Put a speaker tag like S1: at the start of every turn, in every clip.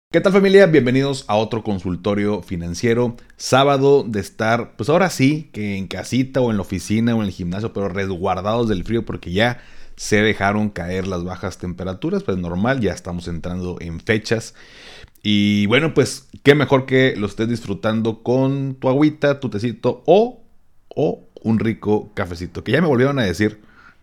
S1: ¿Qué tal, familia? Bienvenidos a otro consultorio financiero. Sábado de estar, pues ahora sí, que en casita o en la oficina o en el gimnasio, pero resguardados del frío porque ya se dejaron caer las bajas temperaturas. Pues normal, ya estamos entrando en fechas. Y bueno, pues qué mejor que lo estés disfrutando con tu agüita, tu tecito o un rico cafecito. Que ya me volvieron a decir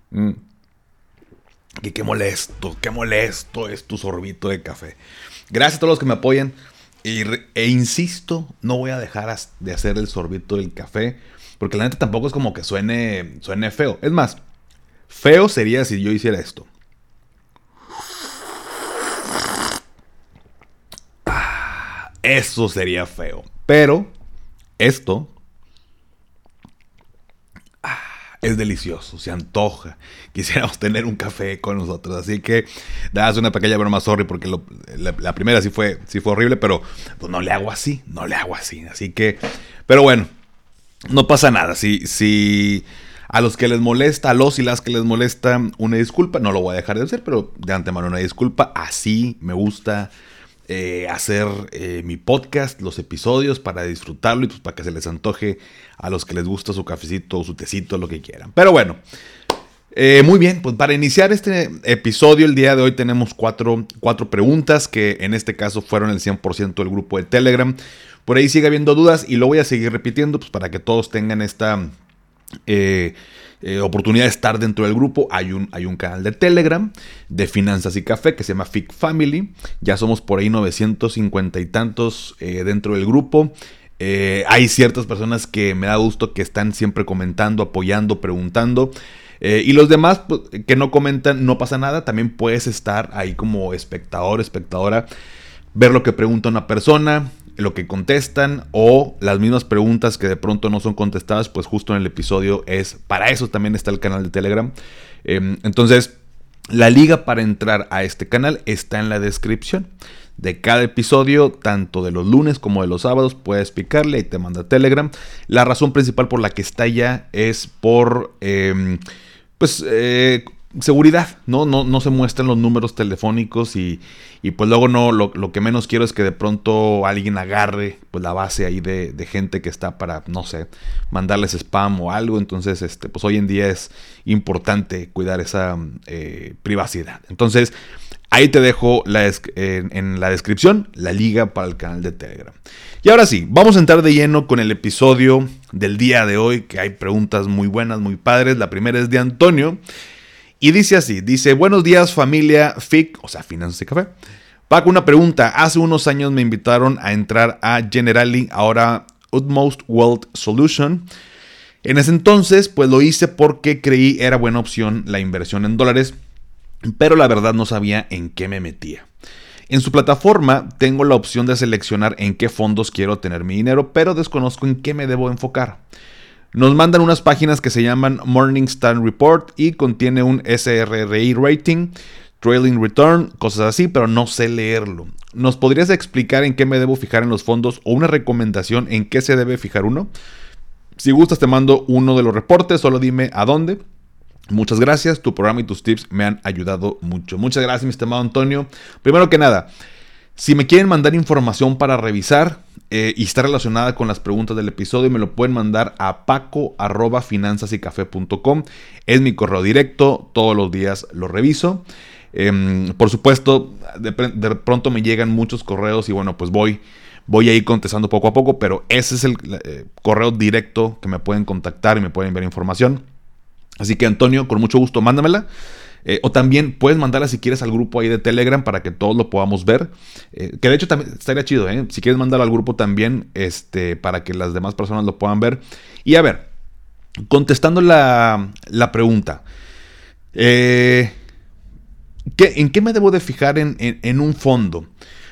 S1: que qué molesto es tu sorbito de café. Gracias a todos los que me apoyan. E insisto, no voy a dejar de hacer el sorbito del café. Porque la neta tampoco es como que suene feo. Es más, feo sería si yo hiciera esto. Eso sería feo. Pero esto es delicioso, se antoja. Quisiéramos tener un café con nosotros. Así que, das una pequeña broma, sorry, porque la primera sí fue horrible, pero pues no le hago así. Así que, pero bueno, no pasa nada. Si a los que les molesta, a los y las que les molesta, una disculpa, no lo voy a dejar de hacer, pero de antemano una disculpa. Así me gusta hacer mi podcast, los episodios para disfrutarlo y pues para que se les antoje a los que les gusta su cafecito o su tecito, lo que quieran. Pero bueno, muy bien, pues para iniciar este episodio el día de hoy tenemos cuatro preguntas que en este caso fueron el 100% del grupo de Telegram. Por ahí sigue habiendo dudas y lo voy a seguir repitiendo pues para que todos tengan esta oportunidad de estar dentro del grupo. Hay un canal de Telegram de Finanzas y Café que se llama FIC Family. Ya somos por ahí 950 y tantos dentro del grupo. Hay ciertas personas que me da gusto que están siempre comentando, apoyando, preguntando. Y los demás pues, que no comentan, no pasa nada. También puedes estar ahí como espectador, espectadora, ver lo que pregunta una persona, lo que contestan o las mismas preguntas que de pronto no son contestadas, pues justo en el episodio es para eso también está el canal de Telegram. Entonces, la liga para entrar a este canal está en la descripción de cada episodio, tanto de los lunes como de los sábados. Puedes picarle y te manda Telegram. La razón principal por la que está allá es por seguridad, no se muestran los números telefónicos y pues luego no, lo que menos quiero es que de pronto alguien agarre pues la base ahí de gente que está para, no sé, mandarles spam o algo. Entonces, pues hoy en día es importante cuidar esa privacidad. Entonces, ahí te dejo en la descripción la liga para el canal de Telegram. Y ahora sí, vamos a entrar de lleno con el episodio del día de hoy, que hay preguntas muy buenas, muy padres. La primera es de Antonio. Y dice así, buenos días familia FIC, o sea, Finanzas y Café. Paco, una pregunta. Hace unos años me invitaron a entrar a Generali, ahora Utmost Wealth Solution. En ese entonces, pues lo hice porque creí era buena opción la inversión en dólares, pero la verdad no sabía en qué me metía. En su plataforma tengo la opción de seleccionar en qué fondos quiero tener mi dinero, pero desconozco en qué me debo enfocar. Nos mandan unas páginas que se llaman Morningstar Report y contiene un SRRI rating, trailing return, cosas así, pero no sé leerlo. ¿Nos podrías explicar en qué me debo fijar en los fondos o una recomendación en qué se debe fijar uno? Si gustas te mando uno de los reportes, solo dime a dónde. Muchas gracias, tu programa y tus tips me han ayudado mucho. Muchas gracias, mi estimado Antonio. Primero que nada, si me quieren mandar información para revisar y está relacionada con las preguntas del episodio, me lo pueden mandar a paco@finanzasycafe.com. Es mi correo directo, todos los días lo reviso. Por supuesto, de pronto me llegan muchos correos y bueno, pues voy a ir contestando poco a poco, pero ese es el correo directo que me pueden contactar y me pueden enviar información. Así que Antonio, con mucho gusto, mándamela. O también puedes mandarla si quieres al grupo ahí de Telegram para que todos lo podamos ver. Que de hecho también estaría chido, ¿eh? Si quieres mandarlo al grupo también, para que las demás personas lo puedan ver. Y a ver, contestando la pregunta. ¿En qué me debo de fijar en un fondo?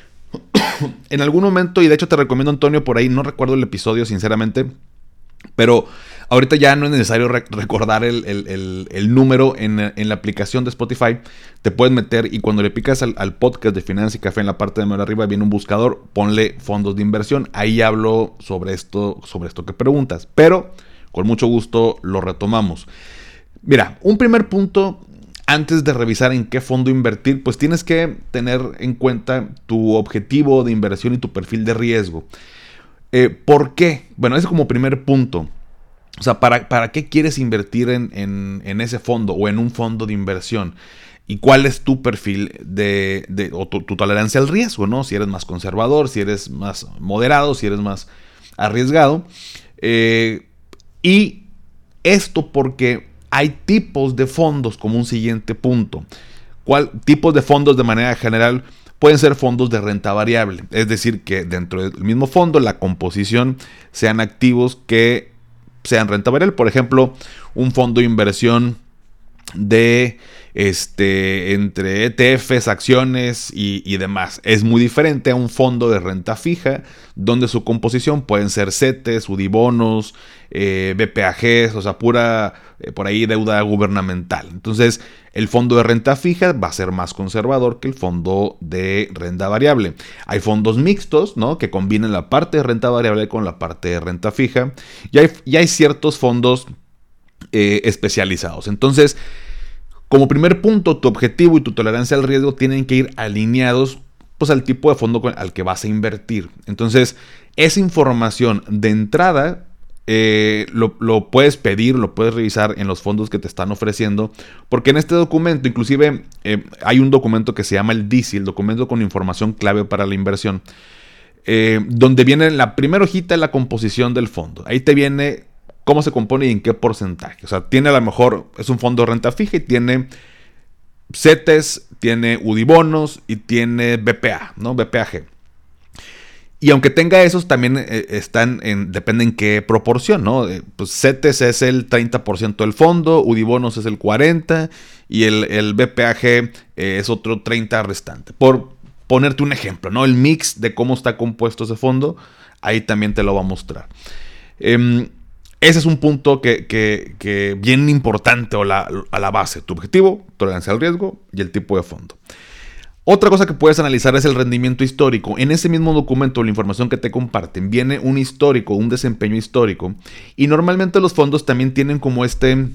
S1: En algún momento, y de hecho te recomiendo, Antonio, por ahí, no recuerdo el episodio sinceramente, pero ahorita ya no es necesario recordar el número en la aplicación de Spotify. Te puedes meter y cuando le picas al podcast de Finanzas y Café en la parte de medio arriba viene un buscador, ponle fondos de inversión. Ahí hablo sobre esto que preguntas, pero con mucho gusto lo retomamos. Mira, un primer punto antes de revisar en qué fondo invertir, pues tienes que tener en cuenta tu objetivo de inversión y tu perfil de riesgo. ¿Por qué? Bueno, ese es como primer punto. O sea, ¿para qué quieres invertir en ese fondo o en un fondo de inversión? ¿Y cuál es tu perfil o tu tolerancia al riesgo, ¿no? Si eres más conservador, si eres más moderado, si eres más arriesgado. Y esto porque hay tipos de fondos como un siguiente punto. Tipos de fondos de manera general pueden ser fondos de renta variable. Es decir, que dentro del mismo fondo la composición sean activos que sean renta variable. Por ejemplo, un fondo de inversión de entre ETFs, acciones y demás. Es muy diferente a un fondo de renta fija, donde su composición pueden ser CETES, UDIBonos, BPAGs, o sea, pura por ahí deuda gubernamental. Entonces, el fondo de renta fija va a ser más conservador que el fondo de renta variable. Hay fondos mixtos, ¿no?, que combinan la parte de renta variable con la parte de renta fija. Y hay ciertos fondos especializados. Entonces, como primer punto, tu objetivo y tu tolerancia al riesgo tienen que ir alineados pues al tipo de fondo al que vas a invertir. Entonces, esa información de entrada lo puedes pedir, lo puedes revisar en los fondos que te están ofreciendo, porque en este documento, inclusive hay un documento que se llama el DISI, el documento con información clave para la inversión, donde viene la primera hojita la composición del fondo. Ahí te viene cómo se compone y en qué porcentaje. O sea, tiene a lo mejor, es un fondo de renta fija y tiene CETES, tiene UDIBonos y tiene BPA, ¿no? BPAG. Y aunque tenga esos, también depende en qué proporción, ¿no? Pues CETES es el 30% del fondo, UDIBonos es el 40% y el BPAG es otro 30% restante. Por ponerte un ejemplo, ¿no? El mix de cómo está compuesto ese fondo, ahí también te lo va a mostrar. Ese es un punto que bien importante a la base. Tu objetivo, tolerancia al riesgo y el tipo de fondo. Otra cosa que puedes analizar es el rendimiento histórico. En ese mismo documento, la información que te comparten, viene un histórico, un desempeño histórico. Y normalmente los fondos también tienen como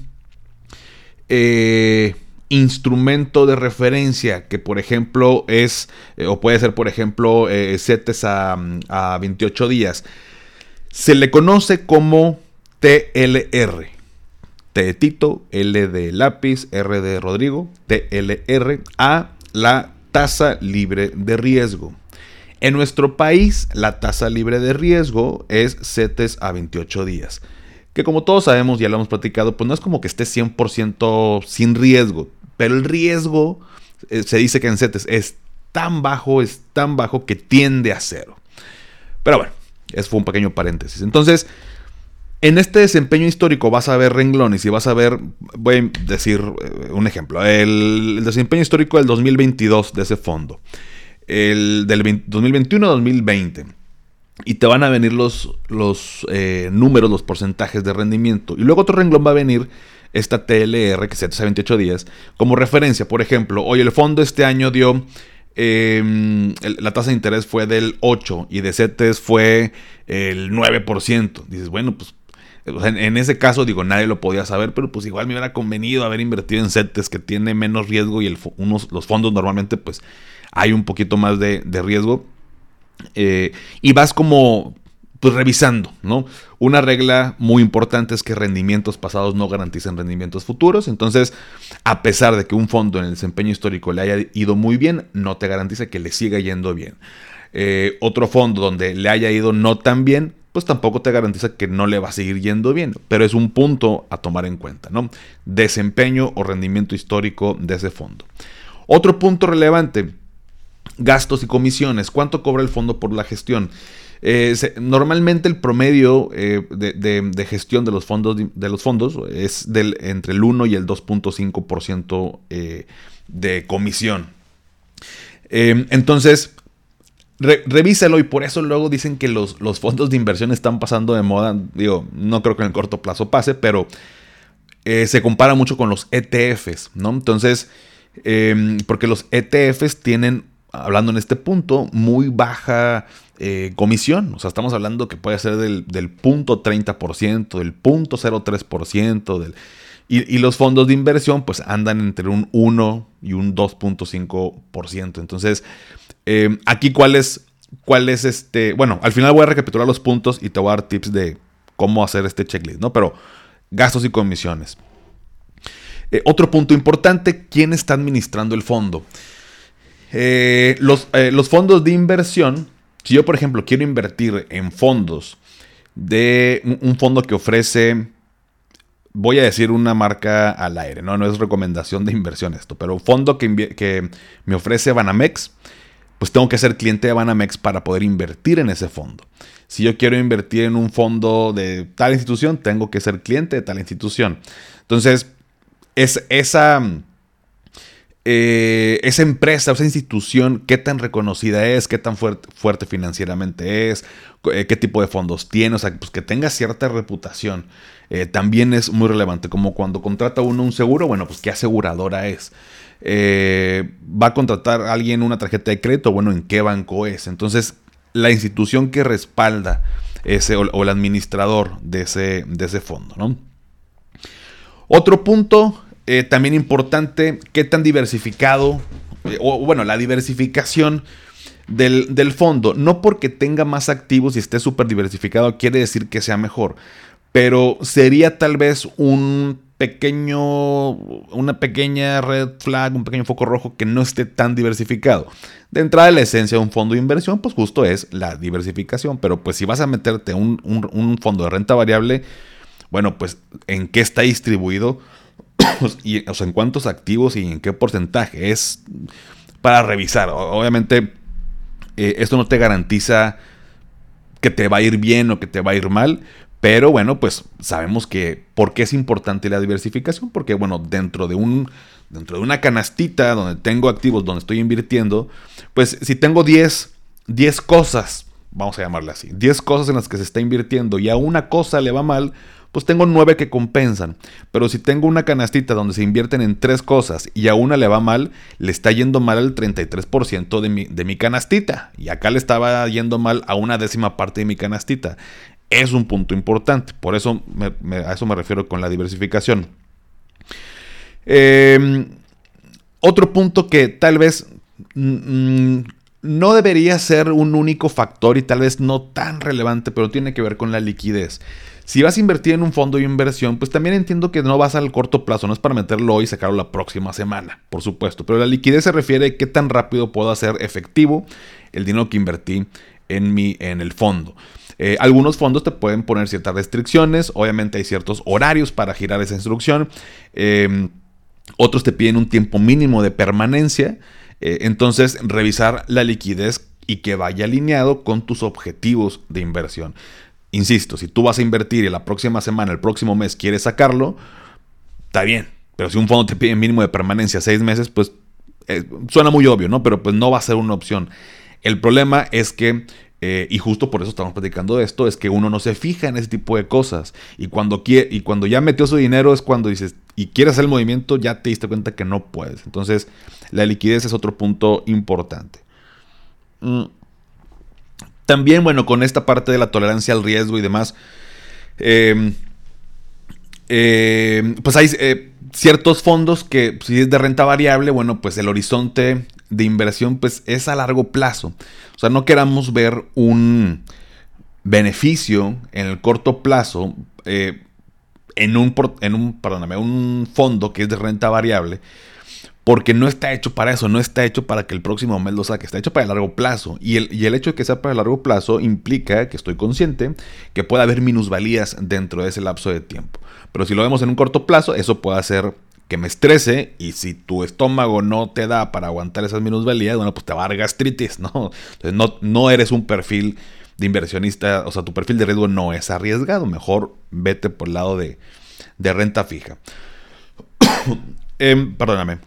S1: instrumento de referencia, que por ejemplo es, o puede ser por ejemplo, CETES a 28 días. Se le conoce como TLR. T de Tito, L de lápiz, R de Rodrigo, TLR, a la tasa libre de riesgo. En nuestro país, la tasa libre de riesgo es CETES a 28 días. Que como todos sabemos, ya lo hemos platicado, pues no es como que esté 100% sin riesgo. Pero el riesgo, se dice que en CETES es tan bajo que tiende a cero. Pero bueno, eso fue un pequeño paréntesis. Entonces, en este desempeño histórico vas a ver renglones y vas a ver, voy a decir un ejemplo, el desempeño histórico del 2022 de ese fondo, el del 2021-2020, y te van a venir los números, los porcentajes de rendimiento. Y luego otro renglón va a venir esta TLR, que se hace a 28 días, como referencia. Por ejemplo, hoy el fondo este año dio, la tasa de interés fue del 8 y de CETES fue el 9%. Dices, bueno, pues en ese caso, digo, nadie lo podía saber, pero pues igual me hubiera convenido haber invertido en CETES, que tiene menos riesgo, y los fondos normalmente pues hay un poquito más de riesgo. Y vas como pues revisando, ¿no? Una regla muy importante es que rendimientos pasados no garantizan rendimientos futuros. Entonces, a pesar de que un fondo en el desempeño histórico le haya ido muy bien, no te garantiza que le siga yendo bien. Otro fondo donde le haya ido no tan bien, pues tampoco te garantiza que no le va a seguir yendo bien. Pero es un punto a tomar en cuenta, ¿no? Desempeño o rendimiento histórico de ese fondo. Otro punto relevante: gastos y comisiones. ¿Cuánto cobra el fondo por la gestión? Normalmente el promedio de gestión de los fondos es entre el 1 y el 2.5% de comisión. Entonces, revísalo, y por eso luego dicen que los fondos de inversión están pasando de moda. Digo, no creo que en el corto plazo pase, pero se compara mucho con los ETFs, ¿no? Entonces, porque los ETFs tienen, hablando en este punto, muy baja comisión. O sea, estamos hablando que puede ser del 0.30%, del 0.03%, Y los fondos de inversión pues andan entre un 1 y un 2.5%. Entonces, aquí cuál es bueno, al final voy a recapitular los puntos y te voy a dar tips de cómo hacer este checklist, ¿no? Pero gastos y comisiones. Otro punto importante, ¿quién está administrando el fondo? Los fondos de inversión, si yo por ejemplo quiero invertir en fondos de un fondo que ofrece, voy a decir una marca al aire, no es recomendación de inversión esto, pero un fondo que me ofrece Banamex, pues tengo que ser cliente de Banamex para poder invertir en ese fondo. Si yo quiero invertir en un fondo de tal institución, tengo que ser cliente de tal institución. Entonces, esa empresa, esa institución, qué tan reconocida es, qué tan fuerte financieramente es, qué tipo de fondos tiene, o sea, pues que tenga cierta reputación, también es muy relevante. Como cuando contrata uno un seguro, bueno, pues qué aseguradora es. Va a contratar a alguien una tarjeta de crédito, bueno, ¿en qué banco es? Entonces, la institución que respalda ese o el administrador de ese fondo, ¿no? Otro punto también importante, qué tan diversificado, bueno, la diversificación del fondo. No porque tenga más activos y esté súper diversificado quiere decir que sea mejor, pero sería tal vez una pequeña red flag, un pequeño foco rojo que no esté tan diversificado. De entrada, la esencia de un fondo de inversión, pues justo es la diversificación, pero pues si vas a meterte un fondo de renta variable, bueno, pues ¿en qué está distribuido? O sea, en cuántos activos y en qué porcentaje es para revisar. Obviamente, esto no te garantiza que te va a ir bien o que te va a ir mal, pero bueno, pues sabemos que ¿por qué es importante la diversificación? Porque bueno, dentro de una canastita donde tengo activos, donde estoy invirtiendo, pues si tengo 10 cosas, vamos a llamarle así, 10 cosas en las que se está invirtiendo y a una cosa le va mal, pues tengo 9 que compensan. Pero si tengo una canastita donde se invierten en 3 cosas y a una le va mal, le está yendo mal al 33% de mi canastita. Y acá le estaba yendo mal a una décima parte de mi canastita. Es un punto importante. Por eso a eso me refiero con la diversificación. Otro punto que tal vez no debería ser un único factor y tal vez no tan relevante, pero tiene que ver con la liquidez. Si vas a invertir en un fondo de inversión, pues también entiendo que no vas al corto plazo, no es para meterlo hoy y sacarlo la próxima semana, por supuesto. Pero la liquidez se refiere a qué tan rápido puedo hacer efectivo el dinero que invertí en el fondo. Algunos fondos te pueden poner ciertas restricciones, obviamente hay ciertos horarios para girar esa instrucción. Otros te piden un tiempo mínimo de permanencia. Entonces, revisar la liquidez y que vaya alineado con tus objetivos de inversión. Insisto, si tú vas a invertir y la próxima semana, el próximo mes quieres sacarlo, está bien. Pero si un fondo te pide mínimo de permanencia 6 meses, pues suena muy obvio, ¿no? Pero pues no va a ser una opción. El problema es que, y justo por eso estamos platicando de esto, es que uno no se fija en ese tipo de cosas. Y cuando ya metió su dinero es cuando dices, y quieres hacer el movimiento, ya te diste cuenta que no puedes. Entonces, la liquidez es otro punto importante. También, bueno, con esta parte de la tolerancia al riesgo y demás, pues hay ciertos fondos que si es de renta variable, bueno, pues el horizonte de inversión pues es a largo plazo. O sea, no queramos ver un beneficio en el corto plazo en un fondo que es de renta variable, porque no está hecho para eso, no está hecho para que el próximo mes lo saque, está hecho para el largo plazo. Y el hecho de que sea para el largo plazo implica que estoy consciente que puede haber minusvalías dentro de ese lapso de tiempo. Pero si lo vemos en un corto plazo, eso puede hacer que me estrese, y si tu estómago no te da para aguantar esas minusvalías, bueno, pues te va a dar gastritis, ¿no? Entonces no eres un perfil de inversionista, o sea, tu perfil de riesgo no es arriesgado, mejor vete por el lado de renta fija. Perdóname.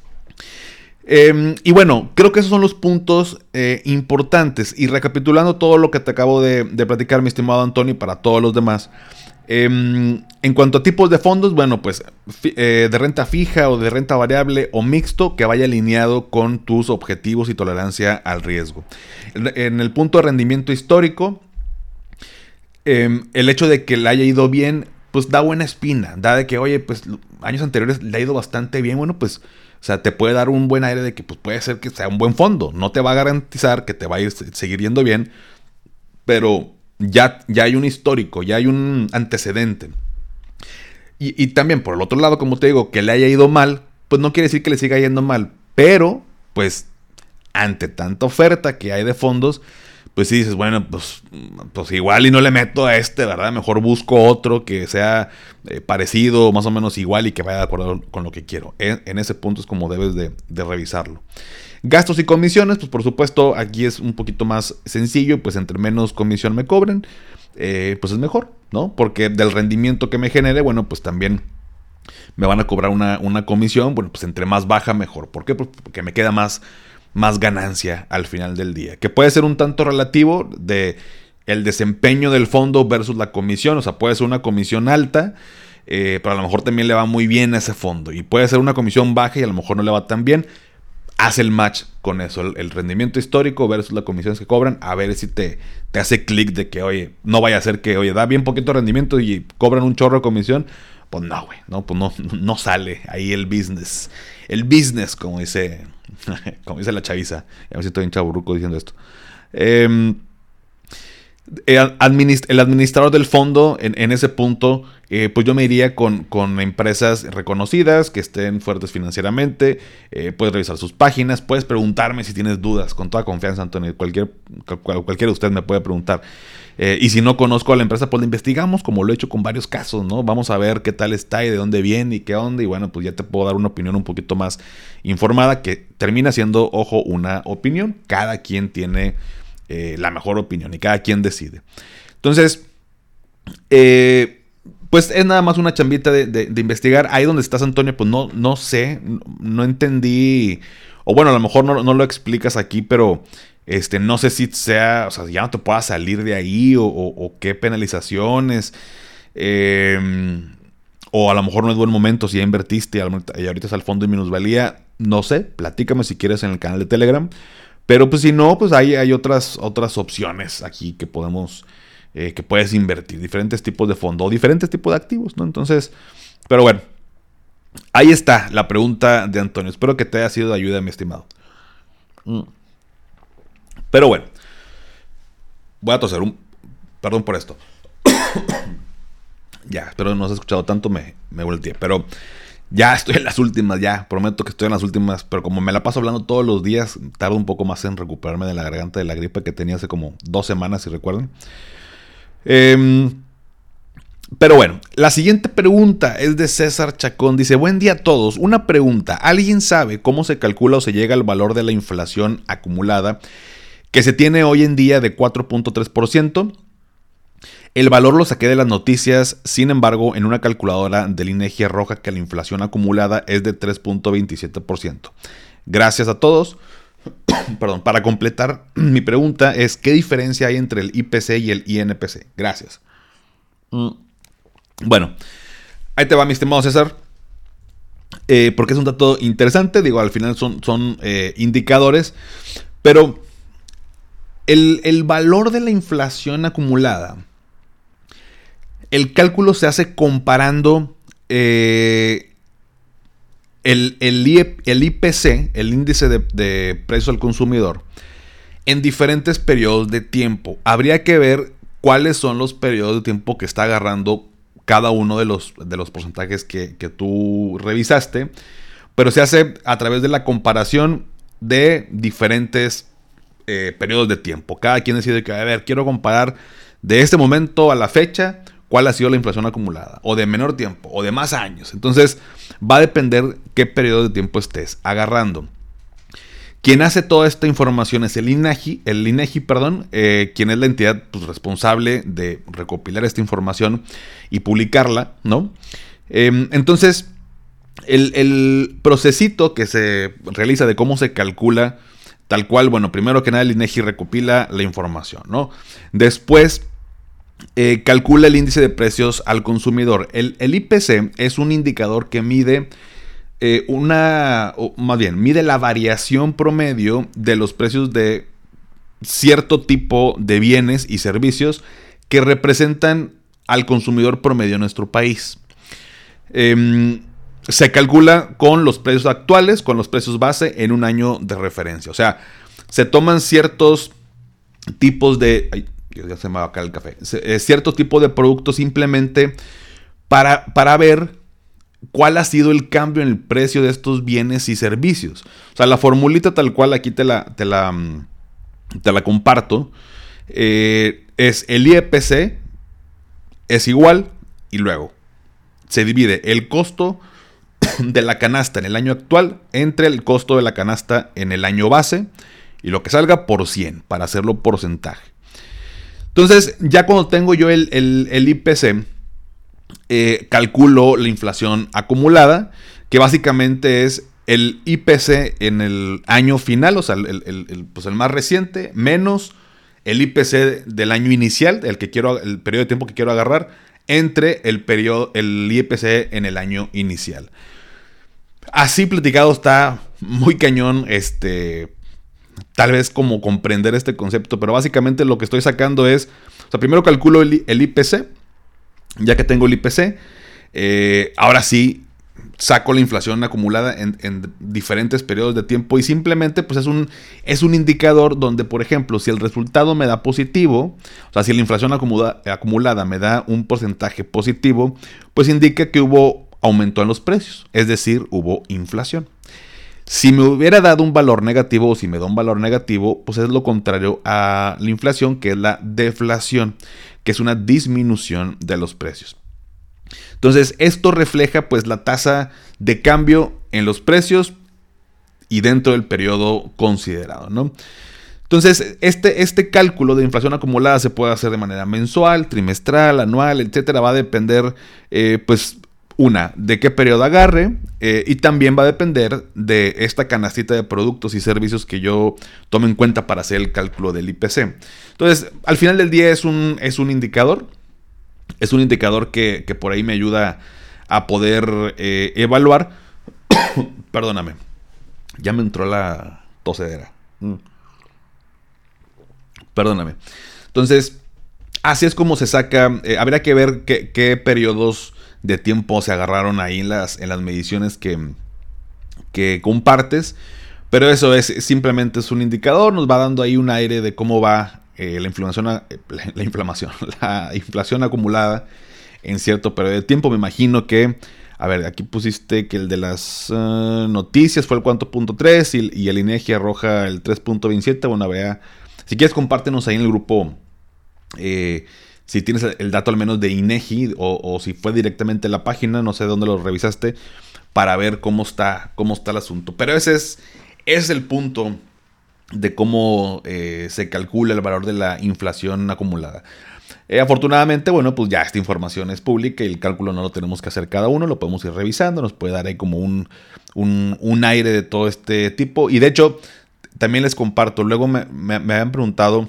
S1: Y bueno, creo que esos son los puntos importantes. Y recapitulando todo lo que te acabo de platicar, mi estimado Antonio, para todos los demás. En cuanto a tipos de fondos, bueno, pues de renta fija o de renta variable o mixto, que vaya alineado con tus objetivos y tolerancia al riesgo. En el punto de rendimiento histórico, el hecho de que le haya ido bien pues da buena espina, da de que, oye, pues años anteriores le ha ido bastante bien, bueno, pues, o sea, te puede dar un buen aire de que pues puede ser que sea un buen fondo, no te va a garantizar que te va a seguir yendo bien, pero ya hay un histórico, ya hay un antecedente. Y también por el otro lado, como te digo, que le haya ido mal, pues no quiere decir que le siga yendo mal, pero pues ante tanta oferta que hay de fondos, pues sí dices, bueno, pues igual y no le meto a este, ¿verdad? Mejor busco otro que sea parecido, más o menos igual y que vaya de acuerdo con lo que quiero. En ese punto es como debes de revisarlo. Gastos y comisiones, pues por supuesto aquí es un poquito más sencillo, pues entre menos comisión me cobren, pues es mejor, ¿no? Porque del rendimiento que me genere, bueno, pues también me van a cobrar una comisión, bueno, pues entre más baja mejor. ¿Por qué? Porque me queda más ganancia al final del día. Que puede ser un tanto relativo de el desempeño del fondo versus la comisión. O sea, puede ser una comisión alta, pero a lo mejor también le va muy bien a ese fondo. Y puede ser una comisión baja y a lo mejor no le va tan bien. Haz el match con eso, el rendimiento histórico versus las comisiones que cobran, a ver si te hace clic de que, oye, no vaya a ser que, oye, da bien poquito rendimiento y cobran un chorro de comisión. Pues no, güey, no, pues no sale ahí el business. El business, como dice la chaviza. A ver si estoy en chaburruco diciendo esto. El administrador del fondo, en ese punto, pues yo me iría con empresas reconocidas, que estén fuertes financieramente. Puedes revisar sus páginas, puedes preguntarme si tienes dudas, con toda confianza, Antonio. Cualquiera de ustedes me puede preguntar. Y si no conozco a la empresa, pues la investigamos, como lo he hecho con varios casos, ¿no? Vamos a ver qué tal está y de dónde viene y qué onda. Y bueno, pues ya te puedo dar una opinión un poquito más informada, que termina siendo, ojo, una opinión. Cada quien tiene la mejor opinión y cada quien decide. Entonces, pues es nada más una chambita de investigar. Ahí donde estás, Antonio, pues no sé, no entendí, o bueno, a lo mejor no lo explicas aquí, pero no sé si sea, o sea, ya no te puedas salir de ahí o qué penalizaciones, o a lo mejor no es buen momento si ya invertiste y ahorita es al fondo de minusvalía. No sé, platícame si quieres en el canal de Telegram. Pero pues si no, pues hay otras opciones aquí que podemos, que puedes invertir, diferentes tipos de fondo o diferentes tipos de activos, ¿no? Entonces, pero bueno, ahí está la pregunta de Antonio. Espero que te haya sido de ayuda, mi estimado. Pero bueno, voy a toser perdón por esto. Ya, espero no has escuchado tanto, me volteé, pero ya estoy en las últimas, ya, prometo que estoy en las últimas, pero como me la paso hablando todos los días, tardo un poco más en recuperarme de la garganta de la gripe que tenía hace como 2 semanas, si recuerdan. Pero bueno, la siguiente pregunta es de César Chacón. Dice, buen día a todos, una pregunta, ¿alguien sabe cómo se calcula o se llega al valor de la inflación acumulada que se tiene hoy en día de 4.3%? El valor lo saqué de las noticias, sin embargo, en una calculadora del INEGI arroja que la inflación acumulada es de 3.27%. Gracias a todos. Perdón, para completar mi pregunta es, ¿qué diferencia hay entre el IPC y el INPC? Gracias. Bueno, ahí te va, mi estimado César. Porque es un dato interesante, digo, al final son indicadores, pero el valor de la inflación acumulada, el cálculo se hace comparando el IPC, el índice de precio al consumidor, en diferentes periodos de tiempo. Habría que ver cuáles son los periodos de tiempo que está agarrando cada uno de los porcentajes que tú revisaste, pero se hace a través de la comparación de diferentes periodos de tiempo. Cada quien decide que, a ver, quiero comparar de este momento a la fecha cuál ha sido la inflación acumulada, o de menor tiempo, o de más años. Entonces va a depender qué periodo de tiempo estés agarrando. Quien hace toda esta información es el INEGI, quien es la entidad pues, responsable de recopilar esta información y publicarla, ¿no? Entonces, el procesito que se realiza de cómo se calcula, tal cual, bueno, primero que nada el INEGI recopila la información, ¿no? Después calcula el índice de precios al consumidor. El IPC es un indicador que mide mide la variación promedio de los precios de cierto tipo de bienes y servicios que representan al consumidor promedio en nuestro país. Se calcula con los precios actuales, con los precios base en un año de referencia. O sea, se toman ciertos tipos de... Ay, ya se me va a caer el café. Cierto tipo de productos simplemente para ver cuál ha sido el cambio en el precio de estos bienes y servicios. O sea, la formulita tal cual aquí te la comparto. Es el IEPC es igual y luego se divide el costo de la canasta en el año actual entre el costo de la canasta en el año base y lo que salga por 100 para hacerlo porcentaje. Entonces, ya cuando tengo yo el IPC, calculo la inflación acumulada, que básicamente es el IPC en el año final, o sea, pues el más reciente, menos el IPC del año inicial, el periodo de tiempo que quiero agarrar, entre el IPC en el año inicial. Así platicado está muy cañón, tal vez como comprender este concepto, pero básicamente lo que estoy sacando es, o sea, primero calculo el IPC, ya que tengo el IPC, ahora sí saco la inflación acumulada en diferentes periodos de tiempo y simplemente pues es un indicador donde, por ejemplo, si el resultado me da positivo, o sea, si la inflación acumulada me da un porcentaje positivo, pues indica que hubo aumento en los precios, es decir, hubo inflación. Si me hubiera dado un valor negativo o si me da un valor negativo, pues es lo contrario a la inflación, que es la deflación, que es una disminución de los precios. Entonces, esto refleja pues la tasa de cambio en los precios y dentro del periodo considerado, ¿no? Entonces, este cálculo de inflación acumulada se puede hacer de manera mensual, trimestral, anual, etcétera. Va a depender, pues, de qué periodo agarre, y también va a depender de esta canastita de productos y servicios que yo tome en cuenta para hacer el cálculo del IPC. Entonces, al final del día es un indicador. Es un indicador que por ahí me ayuda a poder evaluar. Perdóname. Ya me entró la tosedera. Perdóname. Entonces, así es como se saca. Habría que ver qué periodos de tiempo se agarraron ahí en las mediciones que compartes. Pero eso simplemente es un indicador. Nos va dando ahí un aire de cómo va la inflación acumulada en cierto periodo de tiempo. Me imagino que, a ver, aquí pusiste que el de las noticias fue el 4.3 y el INEGI arroja el 3.27. Bueno, vea, si quieres compártenos ahí en el grupo si tienes el dato al menos de INEGI o si fue directamente en la página, no sé dónde lo revisaste, para ver cómo está el asunto. Pero ese es el punto de cómo se calcula el valor de la inflación acumulada. Afortunadamente, bueno, pues ya esta información es pública y el cálculo no lo tenemos que hacer cada uno, lo podemos ir revisando, nos puede dar ahí como un aire de todo este tipo. Y de hecho, también les comparto, luego me habían preguntado,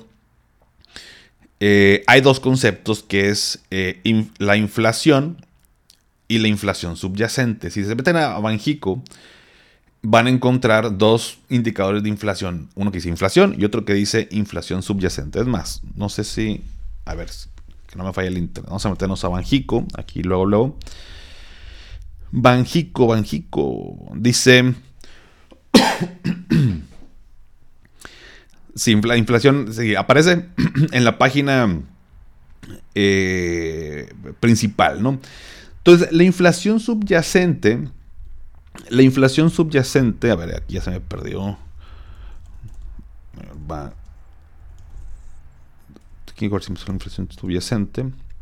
S1: hay dos conceptos que es la inflación y la inflación subyacente. Si se meten a Banxico, van a encontrar dos indicadores de inflación. Uno que dice inflación y otro que dice inflación subyacente. Es más, no sé si... A ver, que no me falla el internet. Vamos a meternos a Banxico. Aquí luego. Banxico. Dice... sí, la inflación sí, aparece en la página principal, ¿no? Entonces, la inflación subyacente... a ver, aquí ya se me perdió. Aquí la inflación subyacente.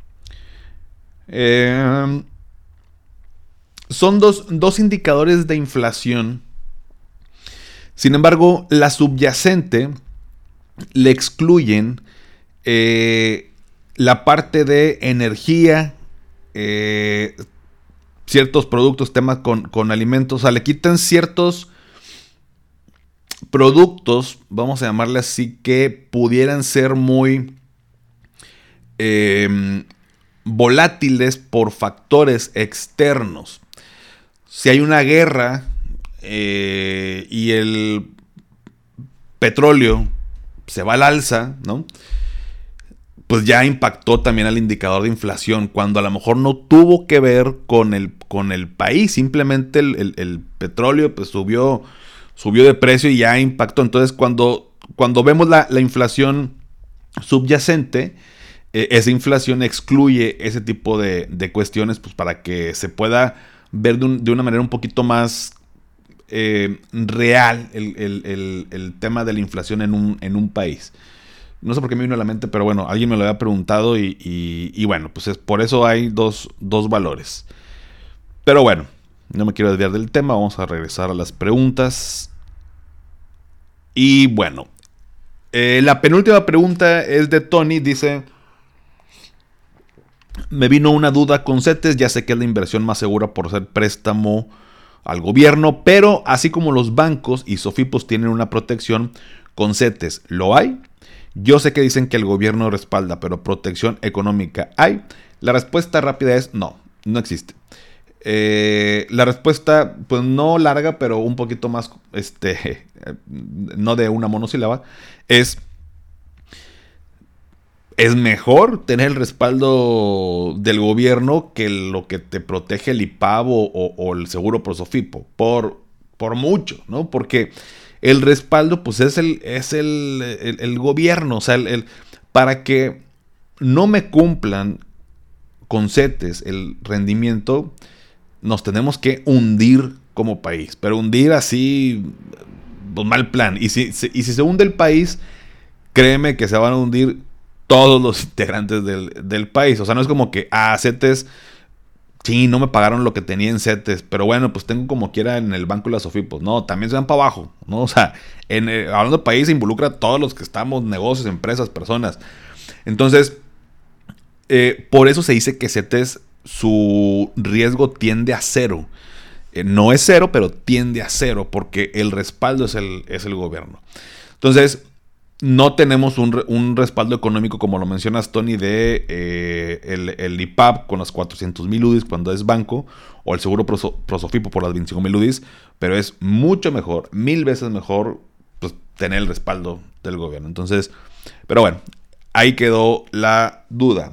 S1: Son dos indicadores de inflación. Sin embargo, la subyacente le excluyen la parte de energía, ciertos productos, temas con alimentos, o sea, le quitan ciertos productos, vamos a llamarle así, que pudieran ser muy volátiles por factores externos. Si hay una guerra y el petróleo se va al alza, ¿no? pues ya impactó también al indicador de inflación, cuando a lo mejor no tuvo que ver con el país, simplemente el petróleo pues subió de precio y ya impactó. Entonces cuando vemos la inflación subyacente, esa inflación excluye ese tipo de cuestiones, pues para que se pueda ver de una manera un poquito más real el tema de la inflación en un país. No sé por qué me vino a la mente, pero bueno, alguien me lo había preguntado y bueno, pues por eso hay dos valores. Pero bueno, no me quiero desviar del tema, vamos a regresar a las preguntas. Y bueno, la penúltima pregunta es de Tony, dice: me vino una duda con CETES, ya sé que es la inversión más segura por ser préstamo al gobierno, pero así como los bancos y SOFIPOS tienen una protección, con CETES, ¿lo hay? Yo sé que dicen que el gobierno respalda, pero ¿protección económica hay? La respuesta rápida es no, no existe. La respuesta, pues no larga, pero un poquito más, no de una monosílaba, es mejor tener el respaldo del gobierno que lo que te protege el IPAB o el seguro Prosofipo, por mucho, ¿no? Porque el respaldo, pues es el gobierno, o sea, para que no me cumplan con CETES el rendimiento, nos tenemos que hundir como país, pero hundir así, pues mal plan. Y si se hunde el país, créeme que se van a hundir todos los integrantes del país. O sea, no es como que, CETES, sí, no me pagaron lo que tenía en CETES, pero bueno, pues tengo como quiera en el banco de las SOFIPOS. No, también se van para abajo, ¿no? O sea, hablando de país, se involucra a todos los que estamos, negocios, empresas, personas. Entonces, por eso se dice que CETES, su riesgo tiende a cero. No es cero, pero tiende a cero, porque el respaldo es el gobierno. Entonces, no tenemos un respaldo económico, como lo mencionas, Tony, de el IPAB con las 400,000 UDIs cuando es banco, o el seguro Prosofipo por las 25,000 UDIs, pero es mucho mejor, 1000 veces mejor, pues, tener el respaldo del gobierno. Entonces, pero bueno, ahí quedó la duda.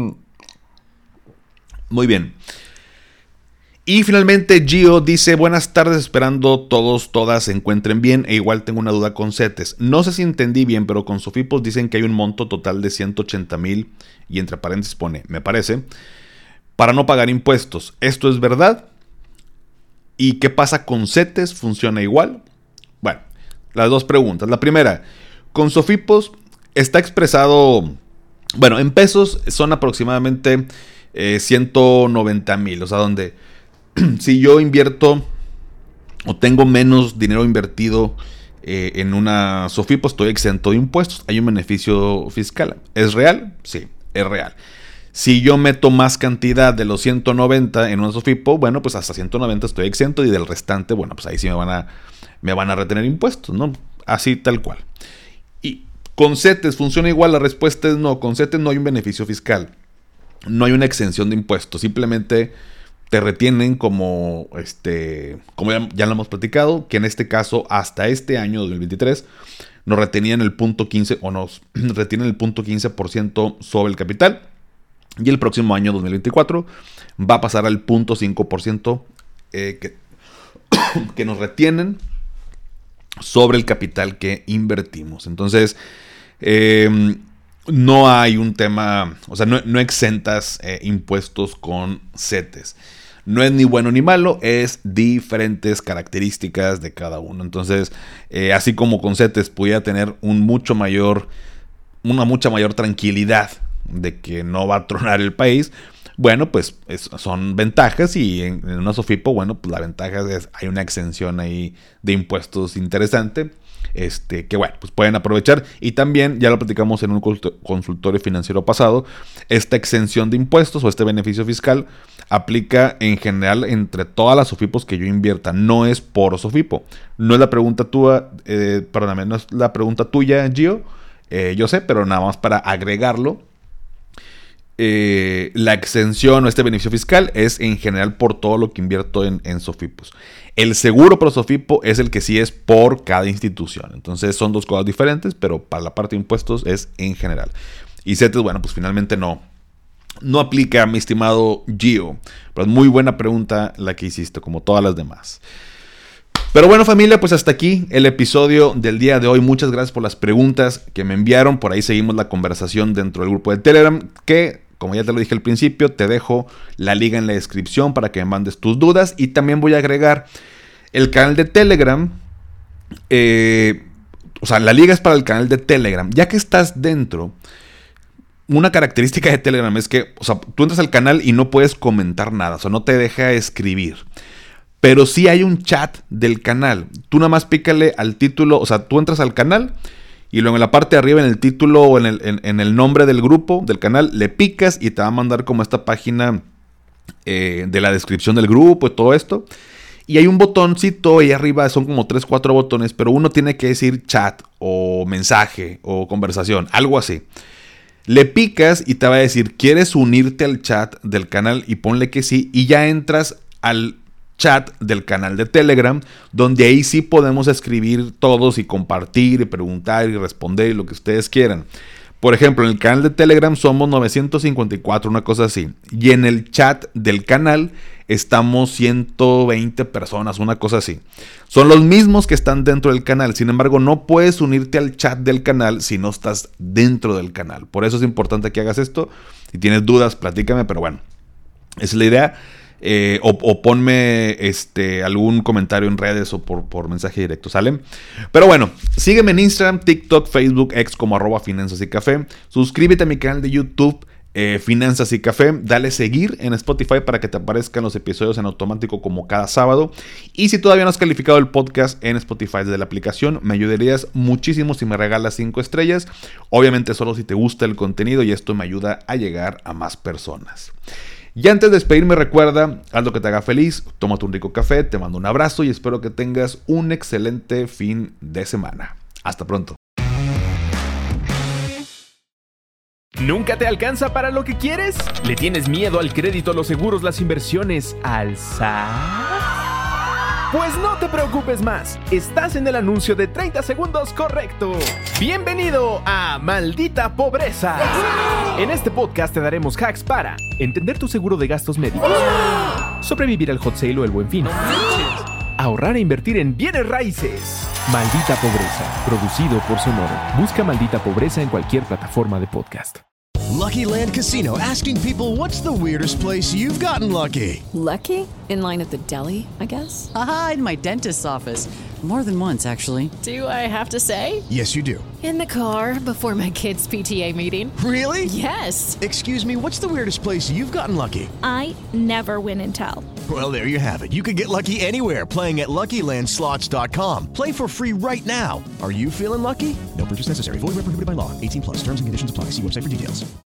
S1: Muy bien. Y finalmente Gio dice: buenas tardes, esperando todas se encuentren bien, e igual tengo una duda con CETES. No sé si entendí bien, pero con SOFIPOS dicen que hay un monto total de 180,000 y entre paréntesis pone, me parece, para no pagar impuestos. ¿Esto es verdad? ¿Y qué pasa con CETES? ¿Funciona igual? Bueno, las dos preguntas. La primera, con SOFIPOS está expresado, bueno, en pesos son aproximadamente 190,000, o sea, donde si yo invierto o tengo menos dinero invertido en una SOFIPO, estoy exento de impuestos. Hay un beneficio fiscal. ¿Es real? Sí, es real. Si yo meto más cantidad de los 190 en una SOFIPO, bueno, pues hasta 190 estoy exento, y del restante, bueno, pues ahí sí me van a retener impuestos, ¿no? Así tal cual. Y con CETES funciona igual. La respuesta es no. Con CETES no hay un beneficio fiscal. No hay una exención de impuestos. Simplemente te retienen como ya lo hemos platicado, que en este caso hasta este año 2023 nos retenían el 0.15 o nos retienen el 0.15% sobre el capital, y el próximo año 2024 va a pasar al 0.5% que nos retienen sobre el capital que invertimos. Entonces, no hay un tema, o sea, no exentas impuestos con CETES. No es ni bueno ni malo, es diferentes características de cada uno. Entonces, así como con CETES pudiera tener una mucha mayor tranquilidad de que no va a tronar el país, bueno, pues son ventajas, y en una SOFIPO, bueno, pues la ventaja es hay una exención ahí de impuestos interesante, que bueno, pues pueden aprovechar. Y también, ya lo platicamos en un consultorio financiero pasado, esta exención de impuestos o este beneficio fiscal aplica en general entre todas las SOFIPOS que yo invierta, no es por SOFIPO. No es la pregunta tuya, perdóname, no es la pregunta tuya, Gio, yo sé, pero nada más para agregarlo. La exención o este beneficio fiscal es en general por todo lo que invierto en SOFIPOS. El seguro Prosofipo es el que sí es por cada institución. Entonces son dos cosas diferentes, pero para la parte de impuestos es en general. Y CETES, bueno, pues finalmente no aplica, mi estimado Gio. Pero es muy buena pregunta la que hiciste, como todas las demás. Pero bueno, familia, pues hasta aquí el episodio del día de hoy. Muchas gracias por las preguntas que me enviaron. Por ahí seguimos la conversación dentro del grupo de Telegram, que, como ya te lo dije al principio, te dejo la liga en la descripción para que me mandes tus dudas. Y también voy a agregar el canal de Telegram. O sea, la liga es para el canal de Telegram. Ya que estás dentro, una característica de Telegram es que, o sea, tú entras al canal y no puedes comentar nada. O sea, no te deja escribir. Pero sí hay un chat del canal. Tú nada más pícale al título. O sea, tú entras al canal y luego en la parte de arriba, en el título o en el nombre del grupo, del canal, le picas y te va a mandar como esta página de la descripción del grupo y todo esto. Y hay un botoncito ahí arriba, son como 3-4 botones, pero uno tiene que decir chat o mensaje o conversación, algo así. Le picas y te va a decir, ¿quieres unirte al chat del canal? Y ponle que sí, y ya entras al chat del canal de Telegram, donde ahí sí podemos escribir todos y compartir y preguntar y responder y lo que ustedes quieran. Por ejemplo, en el canal de Telegram somos 954, una cosa así. Y en el chat del canal estamos 120 personas, una cosa así. Son los mismos que están dentro del canal. Sin embargo, no puedes unirte al chat del canal si no estás dentro del canal. Por eso es importante que hagas esto. Si tienes dudas, platícame, pero bueno, esa es la idea. O ponme algún comentario en redes o por mensaje directo, ¿sale? Pero bueno, sígueme en Instagram, TikTok, Facebook, X como @Finanzas y Café. Suscríbete a mi canal de YouTube, Finanzas y Café. Dale seguir en Spotify para que te aparezcan los episodios en automático como cada sábado. Y si todavía no has calificado el podcast en Spotify desde la aplicación, me ayudarías muchísimo si me regalas 5 estrellas. Obviamente solo si te gusta el contenido, y esto me ayuda a llegar a más personas. Y antes de despedirme, recuerda, haz lo que te haga feliz, tómate un rico café, te mando un abrazo y espero que tengas un excelente fin de semana. Hasta pronto.
S2: ¿Nunca te alcanza para lo que quieres? ¿Le tienes miedo al crédito, los seguros, las inversiones, al SAT? Pues no te preocupes más, estás en el anuncio de 30 segundos correcto. Bienvenido a Maldita Pobreza. En este podcast te daremos hacks para entender tu seguro de gastos médicos, sobrevivir al hot sale o el buen fin, ahorrar e invertir en bienes raíces. Maldita Pobreza, producido por Sonoro. Busca Maldita Pobreza en cualquier plataforma de podcast.
S3: Lucky Land Casino, asking people, what's the weirdest place you've gotten lucky?
S4: Lucky? In line at the deli, I guess?
S5: Aha, in my dentist's office. More than once, actually.
S4: Do I have to say?
S3: Yes, you do.
S4: In the car before my kids' PTA meeting.
S3: Really?
S4: Yes.
S3: Excuse me, what's the weirdest place you've gotten lucky?
S6: I never win and tell.
S3: Well, there you have it. You can get lucky anywhere, playing at LuckyLandSlots.com. Play for free right now. Are you feeling lucky? No purchase necessary. Void where prohibited by law. 18+. Terms and conditions apply. See website for details.